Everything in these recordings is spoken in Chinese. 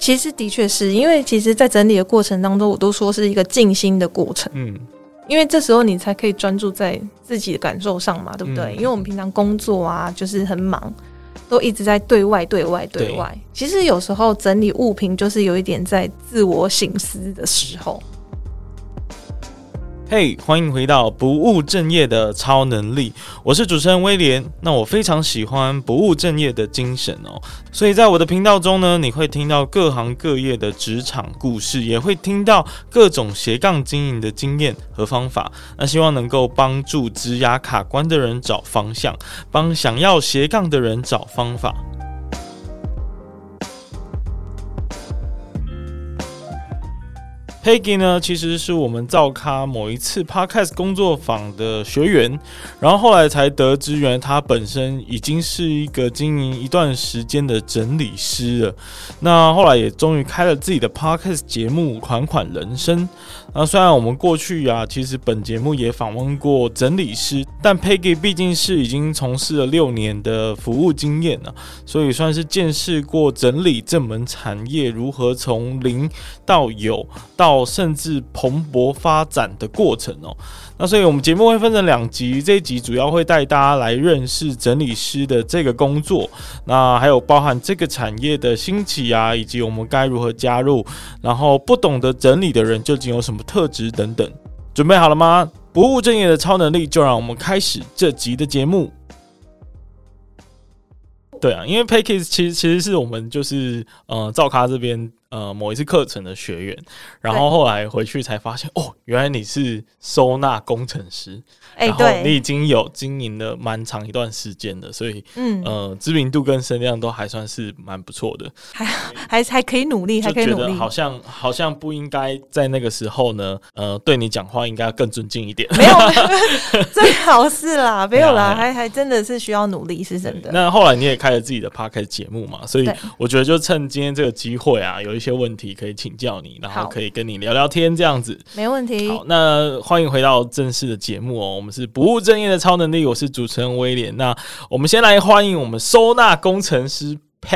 其实的确是因为其实在整理的过程当中，我都说是一个静心的过程。因为这时候你才可以专注在自己的感受上嘛，对不对？因为我们平常工作啊，就是很忙，都一直在对外。其实有时候整理物品就是有一点在自我省思的时候。 嘿，欢迎回到不务正业的超能力，我是主持人威廉。那我非常喜欢不务正业的精神哦，所以在我的频道中呢，你会听到各行各业的职场故事，也会听到各种斜杠经营的经验和方法。那希望能够帮助职涯卡关的人找方向，帮想要斜杠的人找方法。Peggy 呢，其实是我们造咖某一次 Podcast 工作坊的学员，然后后来才得知，原来他本身已经是一个经营一段时间的整理师了。那后来也终于开了自己的 Podcast 节目《款款人生》。那虽然我们过去其实本节目也访问过整理师，但 Peggy 毕竟是已经从事了6年的服务经验了，所以算是见识过整理这门产业如何从零到有到甚至蓬勃发展的过程哦。那所以我们节目会分成2集，这一集主要会带大家来认识整理师的这个工作，那还有包含这个产业的兴起啊，以及我们该如何加入，然后不懂得整理的人究竟有什么特质等等。准备好了吗？不务正业的超能力，就让我们开始这集的节目。对啊，因为 Peggy 其实是我们就是造咖这边某一次课程的学员，然后后来回去才发现哦，原来你是收纳工程师，然后你已经有经营了蛮长一段时间的，所以知名度跟声量都还算是蛮不错的， 还可以努力，还可以努力，就觉得好像不应该在那个时候呢，对你讲话应该更尊敬一点， 没有，最好是啦，没有啦，还真的是需要努力，是真的。 那后来你也开了自己的 podcast 节目嘛，所以我觉得就趁今天这个机会啊，有一些问题可以请教你，然后可以跟你聊聊天这样子。 没问题。 好，那欢迎回到正式的节目哦，我们是不务正业的超能力，我是主持人威廉。那我们先来欢迎我们收纳工程师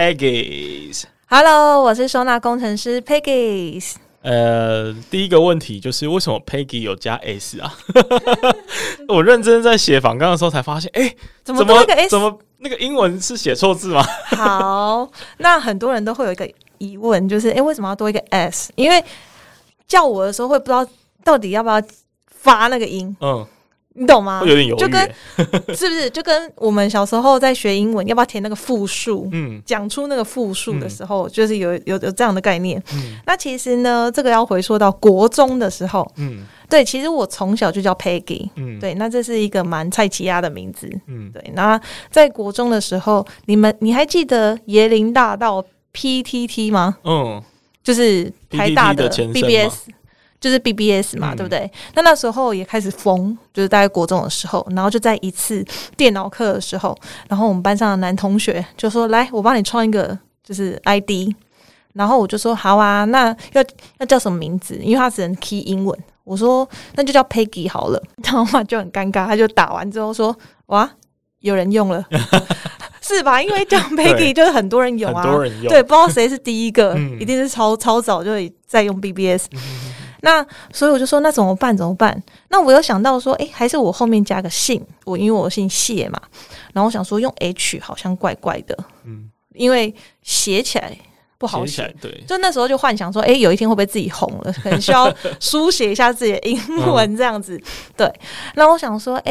Peggy。Hello， 我是收纳工程师 Peggy。 第一个问题就是为什么 Peggy 有加 S 啊？我认真在写访纲的时候才发现， 怎么多一个 S？ 怎么那个英文是写错字吗？ 好，那很多人都会有一个疑问，就是为什么要多一个 S？ 因为叫我的时候会不知道到底要不要发那个音，你懂吗？ 会有点犹豫， 是不是就跟我们小时候在学英文要不要填那个复数，讲出那个复数的时候，就是有这样的概念。那其实呢，这个要回溯到国中的时候，对，其实我从小就叫 Peggy，对，那这是一个蛮菜奇亚的名字，对。那在国中的时候，你还记得椰林大道 PTT 吗？就是台大的 BBS。就是 BBS 嘛，对不对？那时候也开始疯，就是大概国中的时候，然后就在一次电脑课的时候，然后我们班上的男同学就说：“来，我帮你创一个就是 ID。”然后我就说：“好啊，那要叫什么名字？因为他只能 key 英文。”我说：“那就叫 Peggy 好了。”然后他就很尴尬，他就打完之后说：“哇，有人用了。”是吧？因为叫 Peggy 就是很多人有啊， 很多人用， 对，不知道谁是第一个，一定是超早就在用 BBS。那所以我就说，那怎么办？那我又想到说，还是我后面加个姓，因为我姓谢嘛。然后我想说用 H 好像怪怪的，因为写起来不好写。对，就那时候就幻想说，有一天会不会自己红了，可能需要书写一下自己的英文这样子。对，那我想说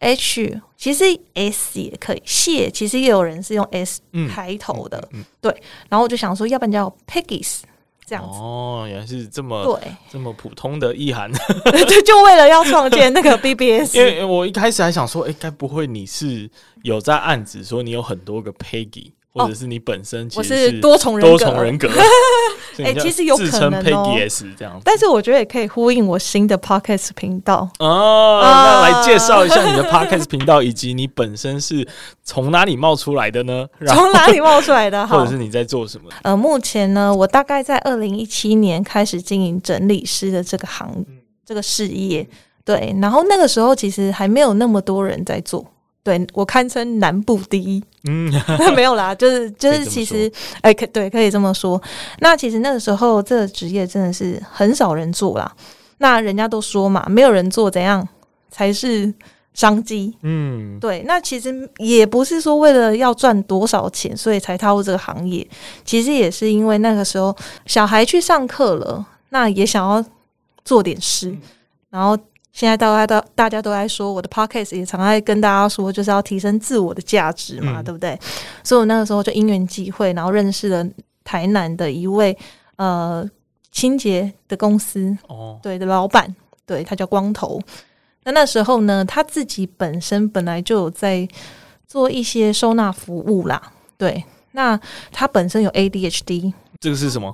，H 其实 S 也可以，谢其实也有人是用 S 开头的，对。然后我就想说，要不然叫 Peggy's。这样子原来是这么普通的意涵， 对，就为了要创建那个 BBS。 因为我一开始还想说，该不会你是有在暗指说你有很多个 Peggy， 或者是你本身其实是多重人格。其实有可能自称 Peggy 这样子， 但是我觉得也可以呼应我新的 Podcast 频道那来介绍一下你的 Podcast 频道，以及你本身是从哪里冒出来的呢？ 从哪里冒出来的？ 或者是你在做什么？ 目前呢，我大概在2017年开始经营整理师的这个事业，对，然后那个时候其实还没有那么多人在做。对，我堪称南部第一， 没有啦，就是其实可以这么说。那其实那个时候这个职业真的是很少人做啦。那人家都说嘛，没有人做怎样才是商机。对。那其实也不是说为了要赚多少钱所以才踏入这个行业，其实也是因为那个时候小孩去上课了，那也想要做点事，然后现在大家都在说，我的 podcast 也常爱跟大家说，就是要提升自我的价值嘛，对不对？所以我那个时候就因缘际会，然后认识了台南的一位清洁的公司，对的老板，对，他叫光头。那时候呢，他自己本来就有在做一些收纳服务啦，对。那他本身有 ADHD， 这个是什么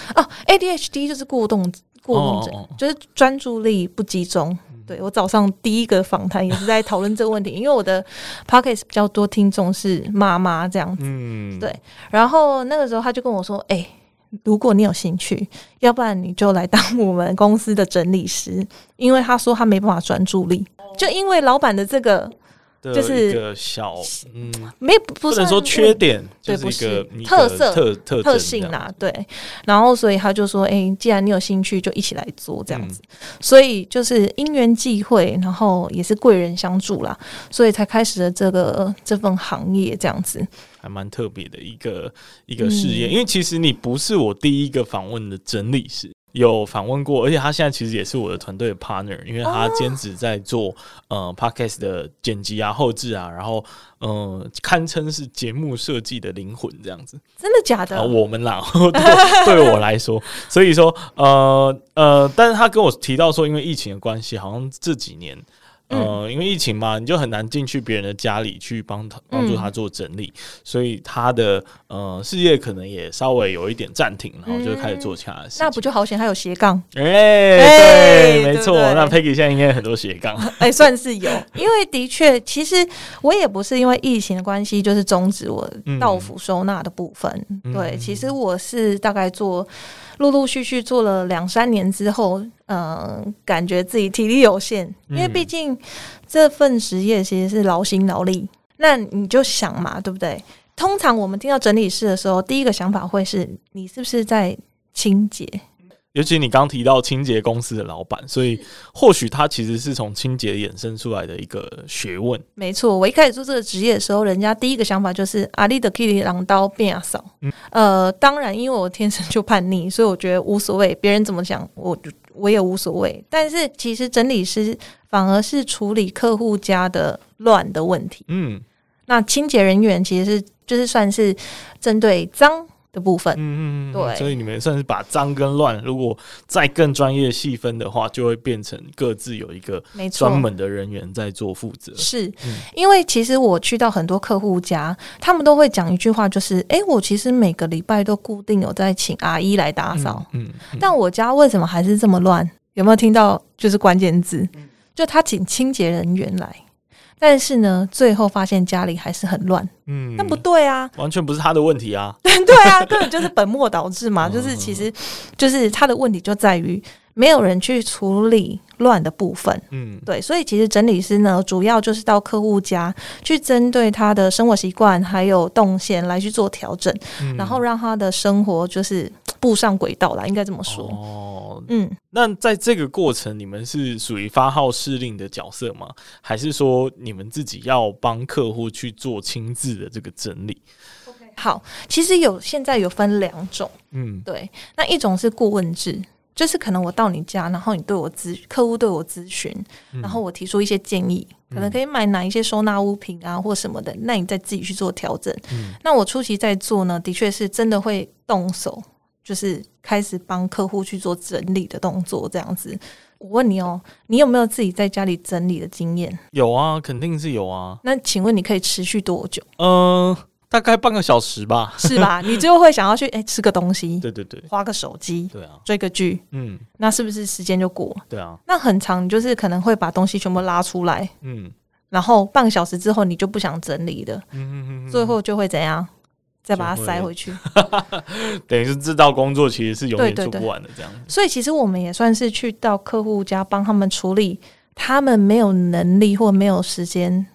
？ADHD 就是过动症，就是专注力不集中。对，我早上第一个访谈也是在讨论这个问题，因为我的 podcast 比较多听众是妈妈这样子，对。然后那个时候他就跟我说：“如果你有兴趣，要不然你就来当我们公司的整理师。”因为他说他没办法专注力，就因为老板的这个。就是一个小不能说缺点，就是一个特性啦，对。然后所以他就说，既然你有兴趣，就一起来做这样子。所以就是因缘际会，然后也是贵人相助啦，所以才开始了这份行业这样子。 还蛮特别的一个事业，因为其实你不是我第一个访问的整理师。有访问过，而且他现在其实也是我的团队的 partner， 因为他兼职在做podcast 的剪辑啊、后制啊，然后堪称是节目设计的灵魂这样子。 真的假的？ 我们啦，对我来说，所以说但是他跟我提到说，因为疫情的关系，好像这几年。因为疫情嘛，你就很难进去别人的家里去帮助他做整理，所以他的事业可能也稍微有一点暂停，然后就开始做其他的事情。 那不就好险，还有斜杠？ 对，没错。那 Peggy 现在应该很多斜杠， 算是有。因为的确，其实我也不是因为疫情的关系，就是终止我到府收纳的部分。对，其实我是大概陆陆续续做了2-3年之后，感觉自己体力有限，因为毕竟这份职业其实是劳心劳力。那你就想嘛，对不对？通常我们听到整理师的时候，第一个想法会是你是不是在清洁？ 尤其你刚提到清洁公司的老板，所以或许他其实是从清洁衍生出来的一个学问。 没错，我一开始做这个职业的时候，人家第一个想法就是你的可以让刀变少。当然因为我天生就叛逆，所以我觉得无所谓，别人怎么想我也无所谓。但是其实整理师反而是处理客户家的乱的问题。那清洁人员其实就是算是针对脏的部分。对， 所以你们算是把脏跟乱，如果再更专业细分的话，就会变成各自有一个专门的人员在做负责。 是，因为其实我去到很多客户家，他们都会讲一句话，就是我其实每个礼拜都固定有在请阿姨来打扫，但我家为什么还是这么乱？有没有听到就是关键字？就他请清洁人员来，但是呢，最后发现家里还是很乱。那不对啊， 完全不是他的问题啊。 对啊，根本就是本末倒置嘛。就是其实就是他的问题就在于没有人去处理乱的部分。对，所以其实整理师呢，主要就是到客户家去针对他的生活习惯还有动线来去做调整，然后让他的生活就是步上轨道啦，应该这么说。 那在这个过程，你们是属于发号施令的角色吗？还是说你们自己要帮客户去做亲自的这个整理？ 好，其实现在有分2种。对，那一种是顾问制，就是可能我到你家，然后客户对我咨询，然后我提出一些建议，可能可以买哪一些收纳物品啊或什么的，那你再自己去做调整。那我初期在做呢，的确是真的会动手，就是开始帮客户去做整理的动作这样子。我问你你有没有自己在家里整理的经验？ 有啊，肯定是有啊。 那请问你可以持续多久？ 大概半个小时吧。 是吧？你就会想要去吃个东西， 对对对， 滑个手机， 对啊， 追个剧，那是不是时间就过？ 对啊。 那很长，就是可能会把东西全部拉出来，然后半个小时之后你就不想整理了，最后就会怎样？再把它塞回去。 等于是这道工作其实是永远做不完的这样。 所以其实我们也算是去到客户家帮他们处理他们没有能力或没有时间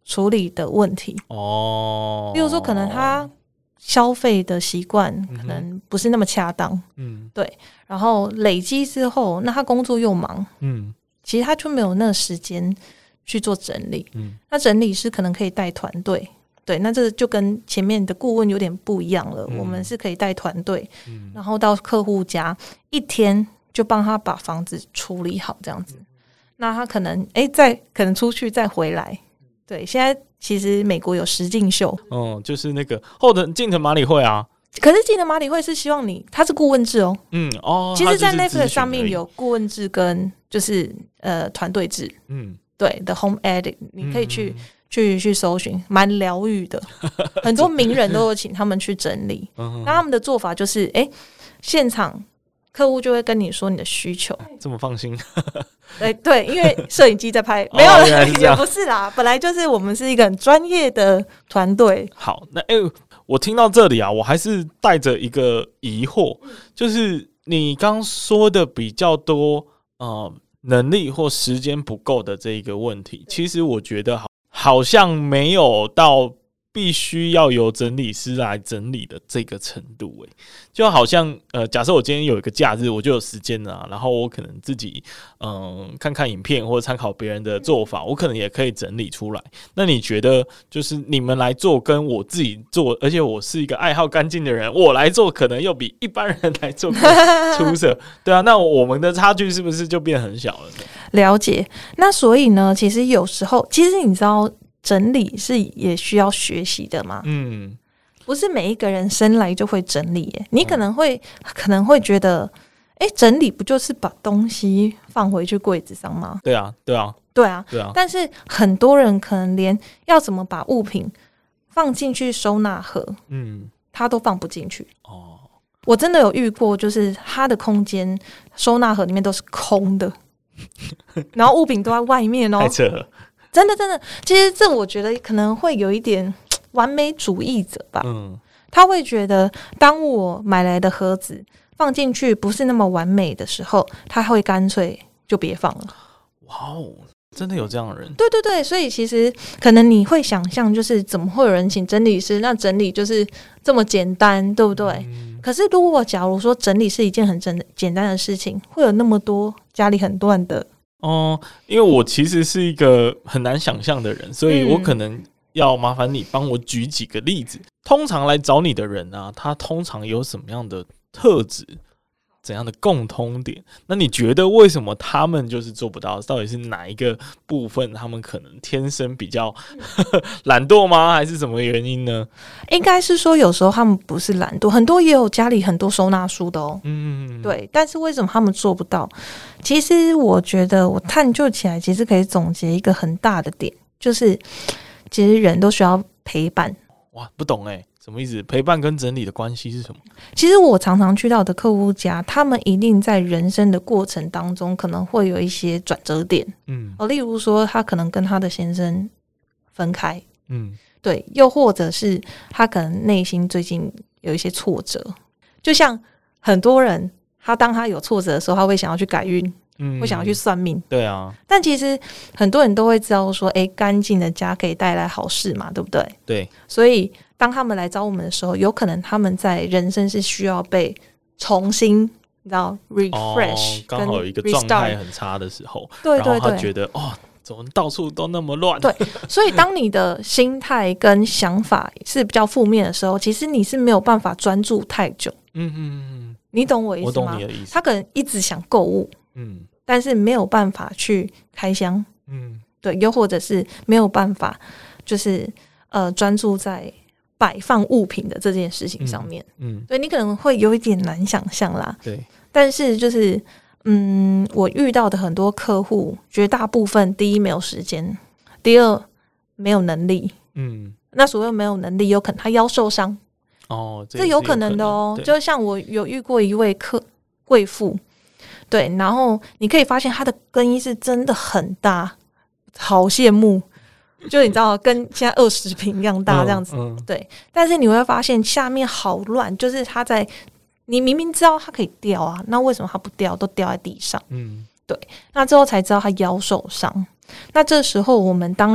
处理的问题哦。例如说，可能他消费的习惯可能不是那么恰当，对，然后累积之后，那他工作又忙，其实他就没有那个时间去做整理，那整理师可能可以带团队，对，那这就跟前面的顾问有点不一样了，我们是可以带团队，然后到客户家一天就帮他把房子处理好这样子，那他可能再可能出去再回来，对，现在其实美国有实境秀， 就是那个后藤近藤麻里惠啊。 可是近藤麻里惠是希望你，他是顾问制哦，其实，在 Netflix 上面有顾问制跟就是团队制，对的 Home Edit， 你可以去搜寻，蛮疗愈的，很多名人都有请他们去整理，那他们的做法就是现场客户就会跟你说你的需求， 这么放心？ 对，因为摄影机在拍，没有了，也不是啦，本来就是我们是一个很专业的团队。 好，那我听到这里啊，我还是带着一个疑惑，就是你刚说的比较多能力或时间不够的这一个问题，其实我觉得好像没有到必须要由整理师来整理的这个程度，就好像假设我今天有一个假日，我就有时间了，然后我可能自己看看影片或者参考别人的做法，我可能也可以整理出来。那你觉得就是你们来做跟我自己做，而且我是一个爱好干净的人，我来做可能又比一般人来做更出色，对啊，那我们的差距是不是就变很小了呢？ 了解。那所以呢，其实有时候，其实你知道整理是也需要学习的嘛，不是每一个人生来就会整理耶，你可能会觉得整理不就是把东西放回去柜子上吗？ 对啊但是很多人可能连要怎么把物品放进去收纳盒他都放不进去我真的有遇过，就是他的空间收纳盒里面都是空的然后物品都在外面太扯了， 真的，其实这我觉得可能会有一点完美主义者吧。他会觉得，当我买来的盒子放进去不是那么完美的时候，他会干脆就别放了。 哇哦，真的有这样的人？ 对，所以其实可能你会想象，就是怎么会有人请整理师？那整理就是这么简单，对不对？可是如果假如说整理是一件很简单的事情，会有那么多家里很乱的。 因为我其实是一个很难想象的人，所以我可能要麻烦你帮我举几个例子。通常来找你的人啊，他通常有什么样的特质，怎样的共通点？那你觉得为什么他们就是做不到？到底是哪一个部分他们可能天生比较懒惰吗？还是什么原因呢？ 应该是说有时候他们不是懒惰，很多也有家里很多收纳书的哦。对，但是为什么他们做不到？其实我觉得我探究起来，其实可以总结一个很大的点，就是其实人都需要陪伴。 哇，不懂什么意思？陪伴跟整理的关系是什么？ 其实我常常去到的客户家，他们一定在人生的过程当中可能会有一些转折点。例如说他可能跟他的先生分开，对，又或者是他可能内心最近有一些挫折，就像很多人当他有挫折的时候，他会想要去改运，会想要去算命， 对啊。 但其实很多人都会知道说，干净的家可以带来好事嘛，对不对？ 对。 所以当他们来找我们的时候，有可能他们在人生是需要被重新，你知道 refresh， 刚好有一个状态很差的时候， 对， 然后他觉得怎么到处都那么乱？ 对，所以当你的心态跟想法是比较负面的时候，其实你是没有办法专注太久。你懂我意思吗？ 我懂你的意思。 他可能一直想购物，但是没有办法去开箱，对，又或者是没有办法，就是专注在摆放物品的这件事情上面，对，你可能会有一点难想象啦。 对， 但是就是我遇到的很多客户，绝大部分第一没有时间，第二没有能力，那所谓没有能力，有可能他腰受伤。这有可能的哦。就像我有遇过一位贵妇，对，然后你可以发现她的更衣是真的很大，好羡慕，就你知道跟现在20平一样大这样子，对。但是你会发现下面好乱，就是她在你明明知道她可以掉啊，那为什么她不掉，都掉在地上？对。那之后才知道她腰受伤。那这时候我们当然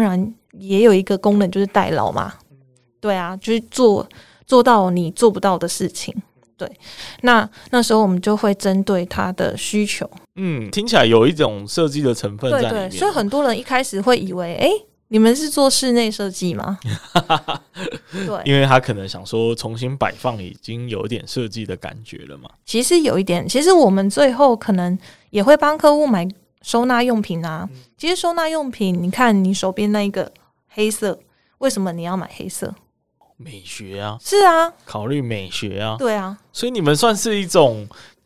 也有一个功能就是代劳嘛，对啊，就是做到你做不到的事情。对，那时候我们就会针对他的需求。 听起来有一种设计的成分在里面。 对，所以很多人一开始会以为，你们是做室内设计吗？对， 因为他可能想说重新摆放已经有一点设计的感觉了嘛。 其实有一点，其实我们最后可能也会帮客户买收纳用品啊。其实收纳用品，你看你手边那一个黑色，为什么你要买黑色？ 美学啊， 是啊， 考虑美学啊， 对啊， 所以你们算是一种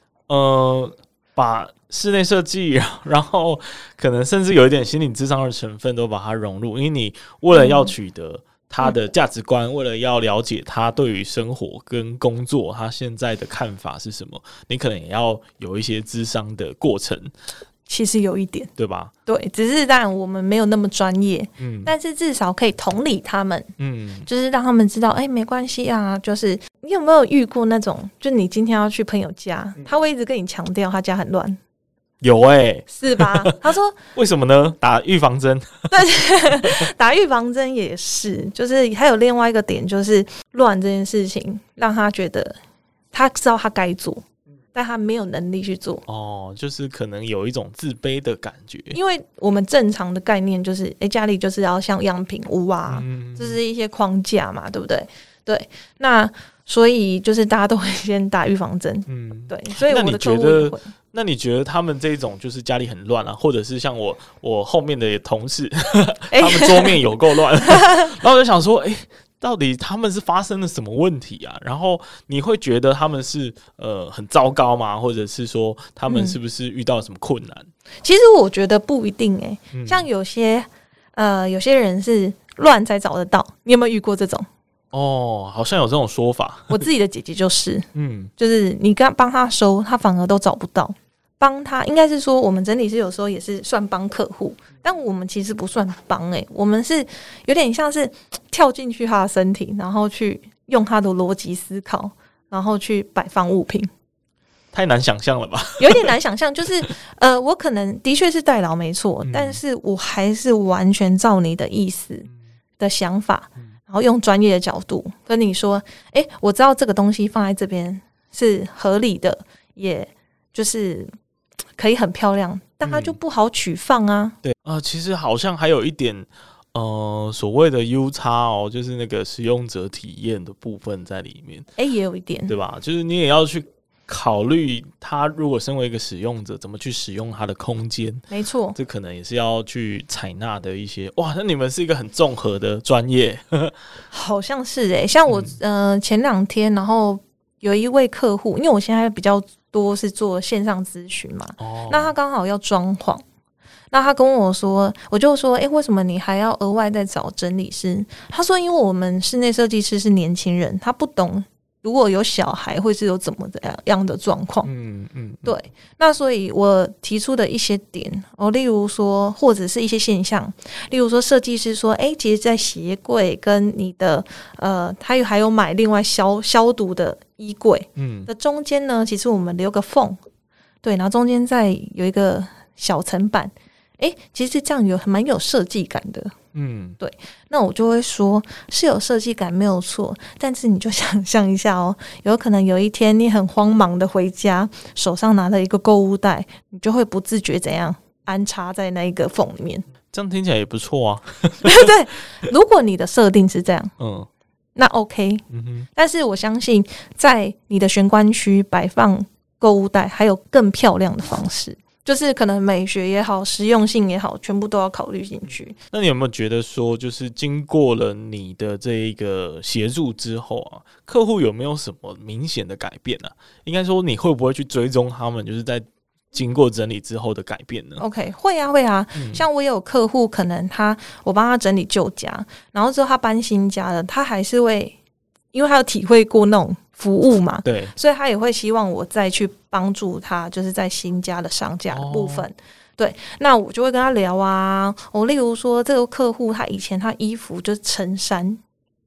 把室内设计，然后可能甚至有一点心理智商的成分都把它融入，因为你为了要取得他的价值观，为了要了解他对于生活跟工作他现在的看法是什么，你可能也要有一些諮商的过程。 其实有一点， 对吧？ 对，只是当然我们没有那么专业，但是至少可以同理他们，就是让他们知道，没关系啊。就是你有没有遇过那种，就你今天要去朋友家，他会一直跟你强调他家很乱？ 有是吧？他说为什么呢？打预防针。 对，打预防针也是，就是还有另外一个点，就是乱这件事情让他觉得他知道他该做，但他没有能力去做。 就是可能有一种自卑的感觉。 因为我们正常的概念就是家里就是要像样品屋啊，这是一些框架嘛，对不对？对，那所以就是大家都会先打预防针。对，所以我的客户也会。 那你觉得他们这种就是家里很乱啊，或者是像我后面的同事他们桌面有够乱然后我就想说到底他们是发生了什么问题啊？然后你会觉得他们是很糟糕吗？或者是说他们是不是遇到什么困难？ 其实我觉得不一定像有些人是乱才找得到，你有没有遇过这种？ 好像有这种说法。 我自己的姐姐就是就是你刚帮他收，他反而都找不到。帮他应该是说，我们整理师有时候也是算帮客户，但我们其实不算帮我们是有点像是跳进去他的身体，然后去用他的逻辑思考，然后去摆放物品。 太难想象了吧？ 有点难想象，就是我可能的确是代劳没错，但是我还是完全照你的意思的想法，然后用专业的角度跟你说，我知道这个东西放在这边是合理的，也就是可以很漂亮，但它就不好取放啊。 对其实好像还有一点所谓的 UX 就是那个使用者体验的部分在里面。 也有一点， 对吧？就是你也要去考虑他如果身为一个使用者怎么去使用他的空间。 没错， 这可能也是要去采纳的一些。哇，那你们是一个很综合的专业。 好像是像我前2天，然后有一位客户，因为我现在比较多是做线上咨询嘛，那他刚好要装潢，那他跟我说，我就说为什么你还要额外再找整理师？他说因为我们室内设计师是年轻人，他不懂如果有小孩会是有怎么样的状况。对，那所以我提出的一些点例如说或者是一些现象，例如说设计师说其实在鞋柜跟你的他还有买另外消毒的衣柜的中间呢，其实我们留个缝，对，然后中间再有一个小层板，其实这样蛮有设计感的。对，那我就会说是有设计感没有错，但是你就想象一下有可能有一天你很慌忙的回家，手上拿了一个购物袋，你就会不自觉怎样安插在那一个缝里面。 这样听起来也不错啊。 对，如果你的设定是这样那 OK，但是我相信在你的玄关区摆放购物袋还有更漂亮的方式，就是可能美学也好，实用性也好，全部都要考虑进去。 那你有没有觉得说，就是经过了你的这一个协助之后客户有没有什么明显的改变呢？应该说你会不会去追踪他们，就是在经过整理之后的改变呢？ OK， 会啊，像我也有客户，可能我帮他整理旧家，然后之后他搬新家了，他还是会，因为他有体会过那种服务嘛， 对， 所以他也会希望我再去帮助他，就是在新家的上架的部分。对，那我就会跟他聊例如说这个客户他以前他衣服就是衬衫，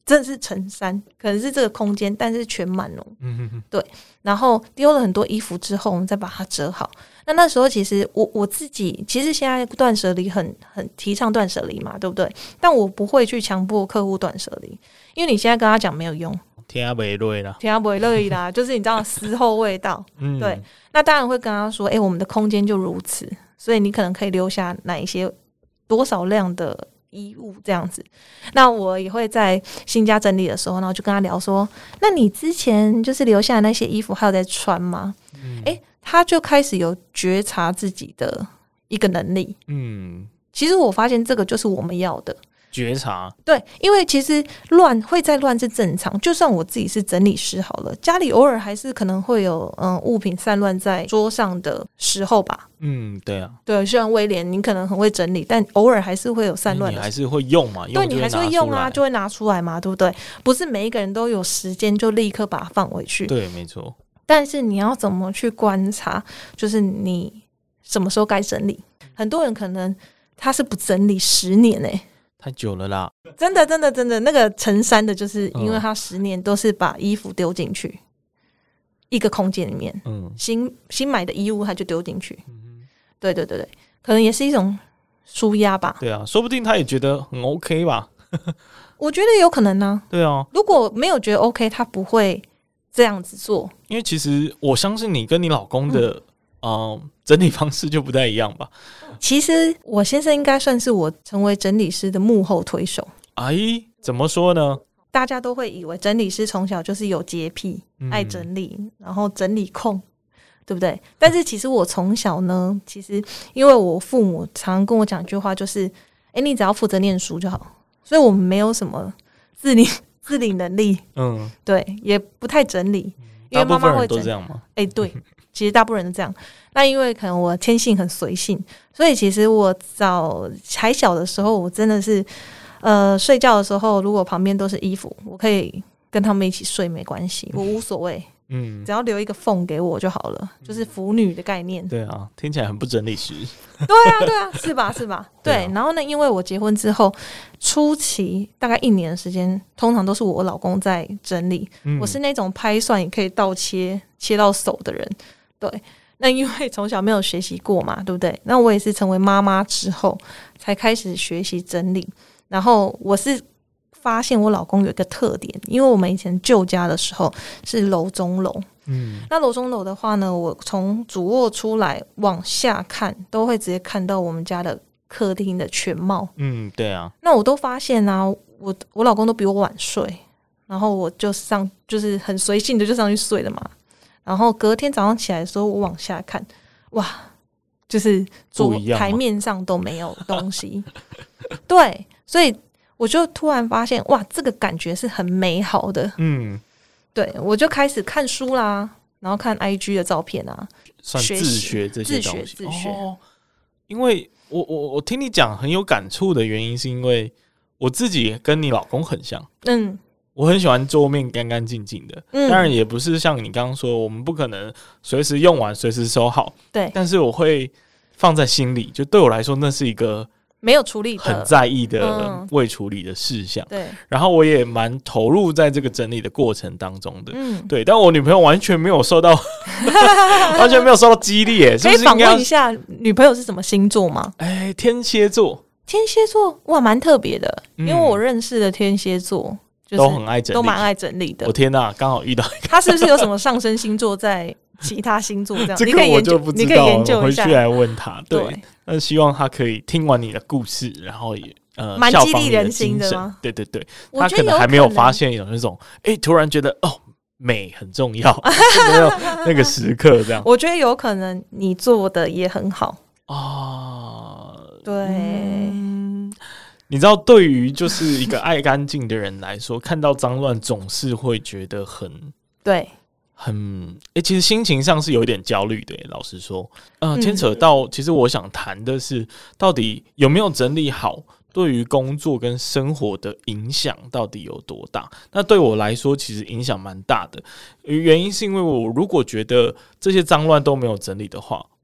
真的是成山，可能是这个空间，但是全满哦。对。然后丢了很多衣服之后，我们再把它折好。那时候其实我自己，其实现在断舍离很提倡断舍离嘛，对不对？但我不会去强迫客户断舍离，因为你现在跟他讲没有用， 听不累啦， 听不累啦，就是你知道时候未到。对。那当然会跟他说，我们的空间就如此，所以你可能可以留下哪一些多少量的衣物这样子。那我也会在新家整理的时候，然后就跟他聊说，那你之前就是留下的那些衣服还有在穿吗？他就开始有觉察自己的一个能力。其实我发现这个就是我们要的觉察。对， 因为其实会再乱是正常，就算我自己是整理师好了，家里偶尔还是可能会有物品散乱在桌上的时候吧。 对啊， 对，像威廉你可能很会整理，但偶尔还是会有散乱的， 你还是会用嘛， 对，你还是会用啊，就会拿出来嘛，对不对？不是每一个人都有时间就立刻把它放回去。 对，没错。 但是你要怎么去观察，就是你什么时候该整理。很多人可能他是不整理10年太久了啦， 真的那个成山的，就是因为他10年都是把衣服丢进去一个空间里面，新买的衣物他就丢进去。对，可能也是一种舒压吧。 对啊，说不定他也觉得很 OK 吧。 我觉得有可能啊。 对啊， 如果没有觉得 OK， 他不会这样子做。 因为其实我相信你跟你老公的整理方式就不太一样吧。 其实我先生应该算是我成为整理师的幕后推手。 怎么说呢？ 大家都会以为整理师从小就是有洁癖，爱整理，然后整理控，对不对？但是其实我从小呢，其实因为我父母常常跟我讲一句话，就是你只要负责念书就好，所以我们没有什么自理能力。对，也不太整理，因为妈妈会整理。大部分人都这样吗？对，其实大部分人都这样。那因为可能我天性很随性，所以其实我早还小的时候，我真的是睡觉的时候，如果旁边都是衣服，我可以跟他们一起睡，没关系，我无所谓。只要留一个缝给我就好了，就是腐女的概念。 对啊，听起来很不整理师。 对啊，是吧？对。然后呢，因为我结婚之后初期大概1年的时间，通常都是我老公在整理。我是那种拍蒜也可以倒切到手的人。对。那因为从小没有学习过嘛，对不对？那我也是成为妈妈之后才开始学习整理。然后我是发现我老公有一个特点，因为我们以前旧家的时候是楼中楼。那楼中楼的话呢，我从主卧出来往下看，都会直接看到我们家的客厅的全貌。 对啊。 那我都发现啊，我老公都比我晚睡，然后我就是很随性的就上去睡了嘛。然后隔天早上起来的时候，我往下看，哇，就是台面上都没有东西。对，所以我就突然发现，哇，这个感觉是很美好的。对，我就开始看书啦，然后看 IG 的照片啊， 算自学这些东西。 自学。 因为我听你讲很有感触的原因，是因为我自己跟你老公很像。我很喜欢桌面干干净净的，当然也不是像你刚刚说，我们不可能随时用完随时收好。 对， 但是我会放在心里，就对我来说，那是一个没有处理的、 很在意的未处理的事项。 对， 然后我也蛮投入在这个整理的过程当中的。对，但我女朋友完全没有受到完全没有受到激励耶。 可以访问一下女朋友是什么星座吗？ 天蝎座。 天蝎座，哇，蛮特别的，因为我认识的天蝎座。就是、 都很爱整理， 都蛮爱整理的。 我天哪，刚好遇到一个。 他是不是有什么上升星座在其他星座这样？ 这个我就不知道， 你可以研究一下， 回去来问他。对，那希望他可以听完你的故事，然后也蛮激励人心的吗？ 对，他可能还没有发现有那种突然觉得美很重要，没有那个时刻这样。 我觉得有可能你做的也很好对。 你知道，对于就是一个爱干净的人来说，看到脏乱总是会觉得其实心情上是有一点焦虑的。老实说，牵扯到其实我想谈的是，到底有没有整理好，对于工作跟生活的影响到底有多大？那对我来说，其实影响蛮大的。原因是因为我如果觉得这些脏乱都没有整理的话，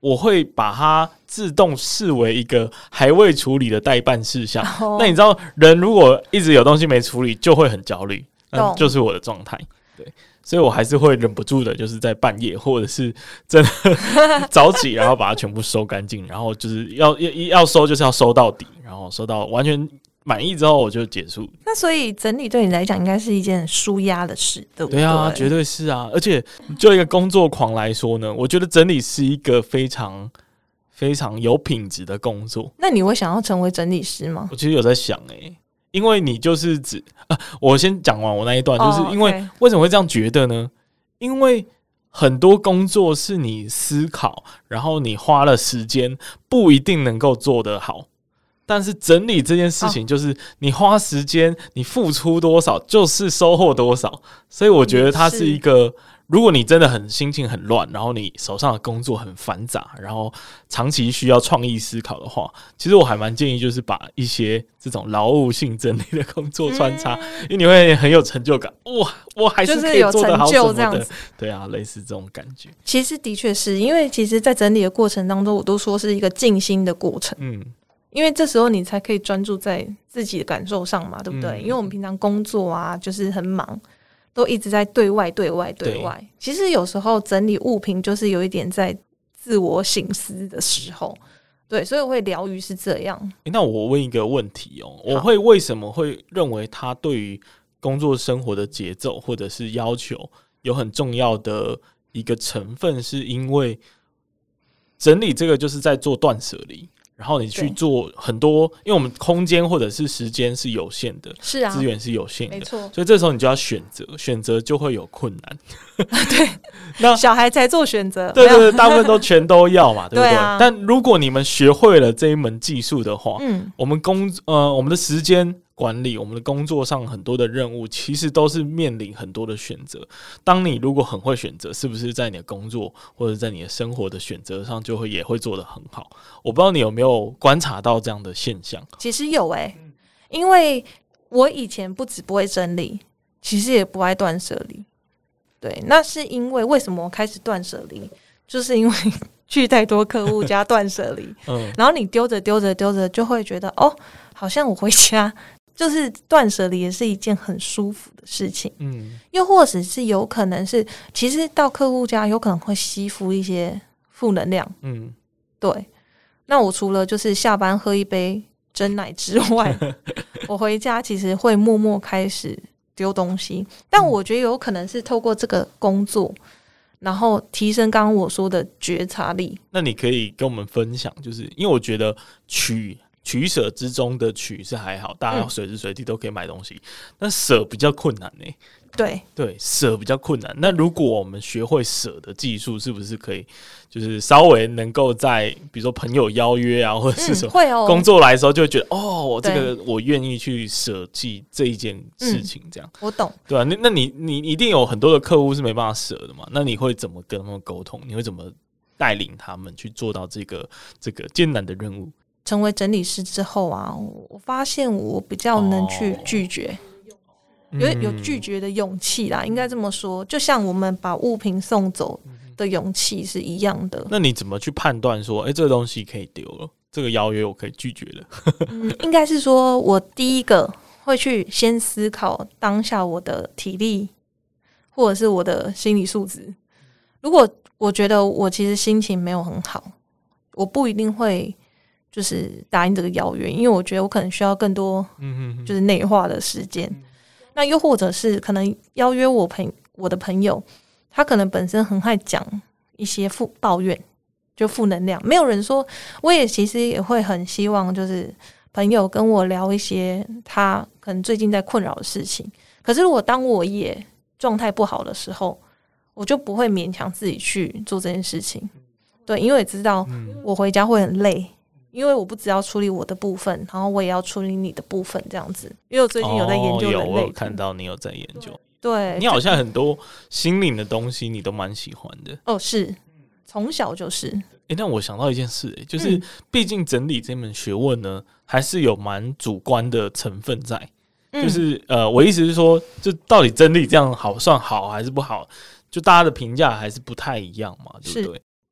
我会把它自动视为一个还未处理的待办事项。那你知道，人如果一直有东西没处理，就会很焦虑，就是我的状态。对，所以我还是会忍不住的，就是在半夜或者是真的早起，然后把它全部收干净，然后就是要收，就是要收到底，然后收到完全满意之后我就结束。 那所以整理对你来讲应该是一件很舒压的事，对不对？ 对啊，绝对是啊。而且就一个工作狂来说呢，我觉得整理是一个非常非常有品质的工作。 那你会想要成为整理师吗？ 我其实有在想因为你就是我先讲完我那一段，就是因为为什么会这样觉得呢？因为很多工作是你思考，然后你花了时间，不一定能够做得好。但是整理这件事情，就是你花时间，你付出多少，就是收获多少。所以我觉得它是一个，如果你真的很心情很乱，然后你手上的工作很繁杂，然后长期需要创意思考的话，其实我还蛮建议就是把一些这种劳务性整理的工作穿插，因为你会很有成就感。哇，我还是可以做得好什么的，就是对啊，类似这种感觉。 其实的确是因为其实在整理的过程当中，我都说是一个静心的过程。因为这时候你才可以专注在自己的感受上嘛，对不对？因为我们平常工作啊，就是很忙，都一直在对外。其实有时候整理物品就是有一点在自我省思的时候，对，所以我会疗愈是这样。 那我问一个问题我会为什么会认为他对于工作生活的节奏或者是要求有很重要的一个成分，是因为整理这个就是在做断舍离。然后你去做很多，因为我们空间或者是时间是有限的， 是啊， 资源是有限的， 没错。 所以这时候你就要选择，选择就会有困难。 对，那小孩才做选择， 对，大部分都全都要嘛，对不对？但如果你们学会了这一门技术的话，我们的时间管理，我们的工作上很多的任务，其实都是面临很多的选择。当你如果很会选择，是不是在你的工作或者在你的生活的选择上，也会做得很好？我不知道你有没有观察到这样的现象。 其实有因为我以前不止不会整理，其实也不爱断舍离。对，那是因为为什么我开始断舍离，就是因为去太多客户家断舍离，然后你丢着就会觉得好像我回家。就是断舍离也是一件很舒服的事情，又或者是有可能是，其实到客户家有可能会吸附一些负能量，对。那我除了就是下班喝一杯珍奶之外，我回家其实会默默开始丢东西，但我觉得有可能是透过这个工作，然后提升刚刚我说的觉察力。 那你可以跟我们分享，就是因为我觉得取舍之中的取是还好，大家随时随地都可以买东西，但舍比较困难对，舍比较困难。那如果我们学会舍的技术，是不是可以就是稍微能够在比如说朋友邀约啊，或者是什么工作来的时候，就会觉得我这个我愿意去舍弃这一件事情，这样我懂， 对吧？那你一定有很多的客户是没办法舍的嘛？那你会怎么跟他们沟通？你会怎么带领他们去做到这个艰难的任务？ 成为整理师之后啊，我发现我比较能去拒绝，有拒绝的勇气啦，应该这么说。就像我们把物品送走的勇气是一样的。 那你怎么去判断说，这个东西可以丢了，这个邀约我可以拒绝了？ 应该是说我第一个会去先思考当下我的体力或者是我的心理素质。如果我觉得我其实心情没有很好，我不一定会就是答应这个邀约，因为我觉得我可能需要更多就是内化的时间。那又或者是可能邀约我的朋友，他可能本身很爱讲一些抱怨，就负能量。没有人说，我也其实也会很希望就是朋友跟我聊一些他可能最近在困扰的事情。可是如果当我也状态不好的时候，我就不会勉强自己去做这件事情。对，因为也知道我回家会很累。因为我不只要处理我的部分，然后我也要处理你的部分，这样子。因为我最近有在研究人类图， 我有看到你有在研究。 对， 你好像很多心灵的东西你都蛮喜欢的。 是，从小就是。 但我想到一件事，就是毕竟整理这门学问呢，还是有蛮主观的成分在。就是我意思是说，就到底整理这样算好还是不好，就大家的评价还是不太一样嘛，对不对？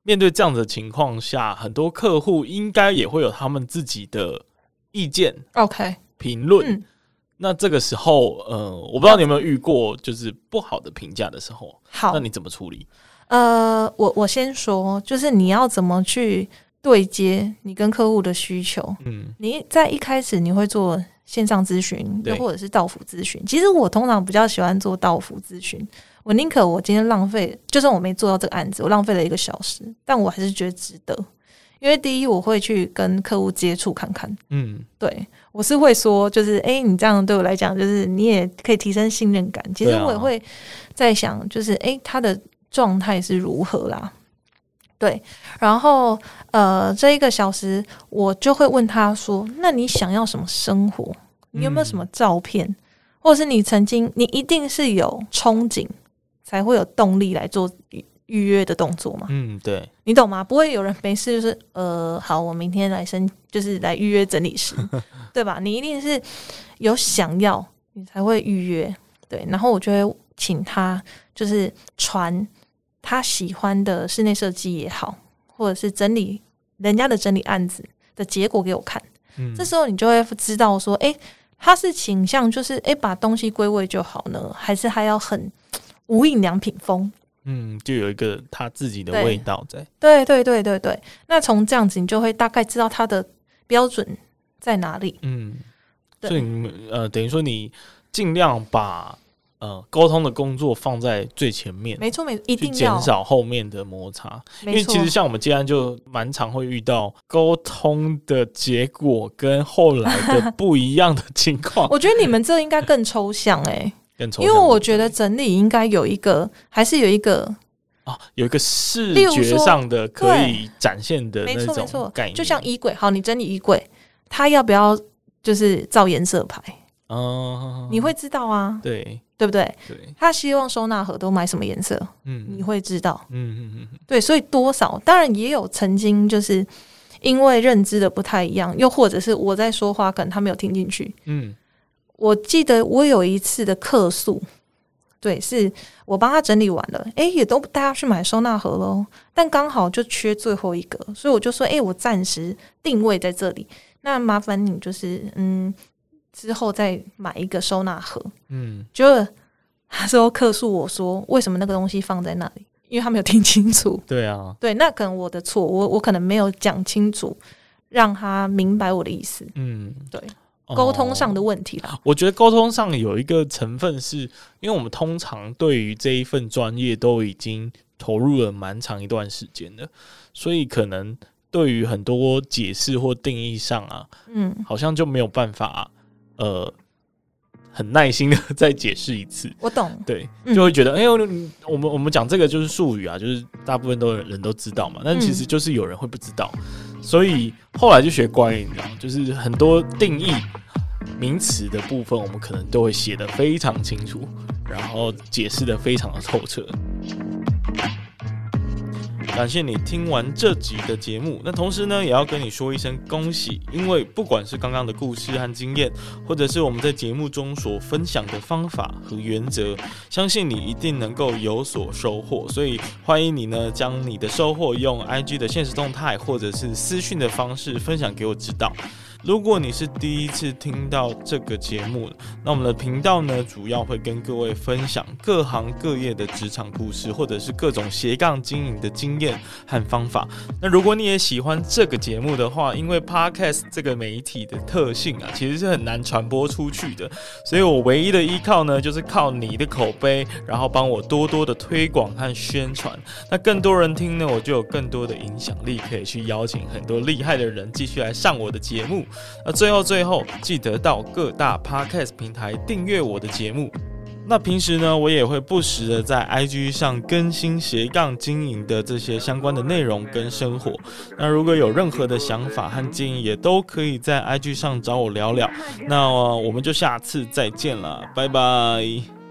面对这样的情况下，很多客户应该也会有他们自己的意见 ，OK， 评论。那这个时候，我不知道你有没有遇过就是不好的评价的时候， 好， 那你怎么处理？ 我先说，就是你要怎么去对接你跟客户的需求。你在一开始你会做线上咨询，又或者是到府咨询。其实我通常比较喜欢做到府咨询，我宁可我今天浪费，就算我没做到这个案子，我浪费了1个小时，但我还是觉得值得。因为第一，我会去跟客户接触看看，对，我是会说，就是你这样对我来讲，就是你也可以提升信任感。其实我也会在想，就是他的状态是如何啦，对。然后这1个小时，我就会问他说：“那你想要什么生活？你有没有什么照片？或者是你一定是有憧憬，才会有动力来做预约的动作嘛？ 对， 你懂吗？不会有人没事就是好，我明天就是来预约整理师，对吧？你一定是有想要，你才会预约，对。然后我就会请他就是传他喜欢的室内设计也好，或者是人家的整理案子的结果给我看。这时候你就会知道说，他是倾向就是把东西归位就好呢，还是他要很无印良品风？ 就有一个他自己的味道在。 对。那从这样子，你就会大概知道他的标准在哪里。 所以等于说你尽量把沟通的工作放在最前面， 没错，一定要减少后面的摩擦。因为其实像我们接案就蛮常会遇到沟通的结果跟后来的不一样的情况。 我觉得你们这应该更抽象因为我觉得整理应该还是有一个有一个视觉上的可以展现的那种概念。 就像衣柜，好，你整理衣柜，他要不要就是照颜色排？你会知道啊，对不对？他希望收纳盒都买什么颜色？你会知道。对，所以多少当然也有曾经就是因为认知的不太一样，又或者是我在说话，可能他没有听进去。我记得我有一次的客诉，对，是我帮他整理完了，也都带他去买收纳盒咯，但刚好就缺最后一个，所以我就说，我暂时定位在这里，那麻烦你就是之后再买一个收纳盒。就他之后客诉我说，为什么那个东西放在那里？因为他没有听清楚。 对啊， 对，那可能我的错，我可能没有讲清楚，让他明白我的意思。对。沟通上的问题啦， 我觉得沟通上有一个成分是，因为我们通常对于这一份专业都已经投入了蛮长一段时间了，所以可能对于很多解释或定义上好像就没有办法很耐心的再解释一次。 我懂， 对，就会觉得我们讲这个就是术语就是大部分人都知道嘛，但其实就是有人会不知道，所以后来就学乖了，你知道吗？就是很多定义名词的部分，我们可能都会写得非常清楚，然后解释得非常的透彻。感谢你听完这集的节目，那同时呢，也要跟你说一声恭喜，因为不管是刚刚的故事和经验，或者是我们在节目中所分享的方法和原则，相信你一定能够有所收获。所以欢迎你呢，将你的收获用 IG 的限时动态或者是私讯的方式分享给我知道。如果你是第一次听到这个节目，那我们的频道呢，主要会跟各位分享各行各业的职场故事，或者是各种斜杠经营的经验和方法。那如果你也喜欢这个节目的话，因为 Podcast 这个媒体的特性其实是很难传播出去的，所以我唯一的依靠呢，就是靠你的口碑，然后帮我多多的推广和宣传。那更多人听呢，我就有更多的影响力，可以去邀请很多厉害的人继续来上我的节目。那最后记得到各大 Podcast 平台订阅我的节目。那平时呢，我也会不时的在 IG 上更新斜杠经营的这些相关的内容跟生活。那如果有任何的想法和建议，也都可以在 IG 上找我聊聊。那我们就下次再见了，拜拜。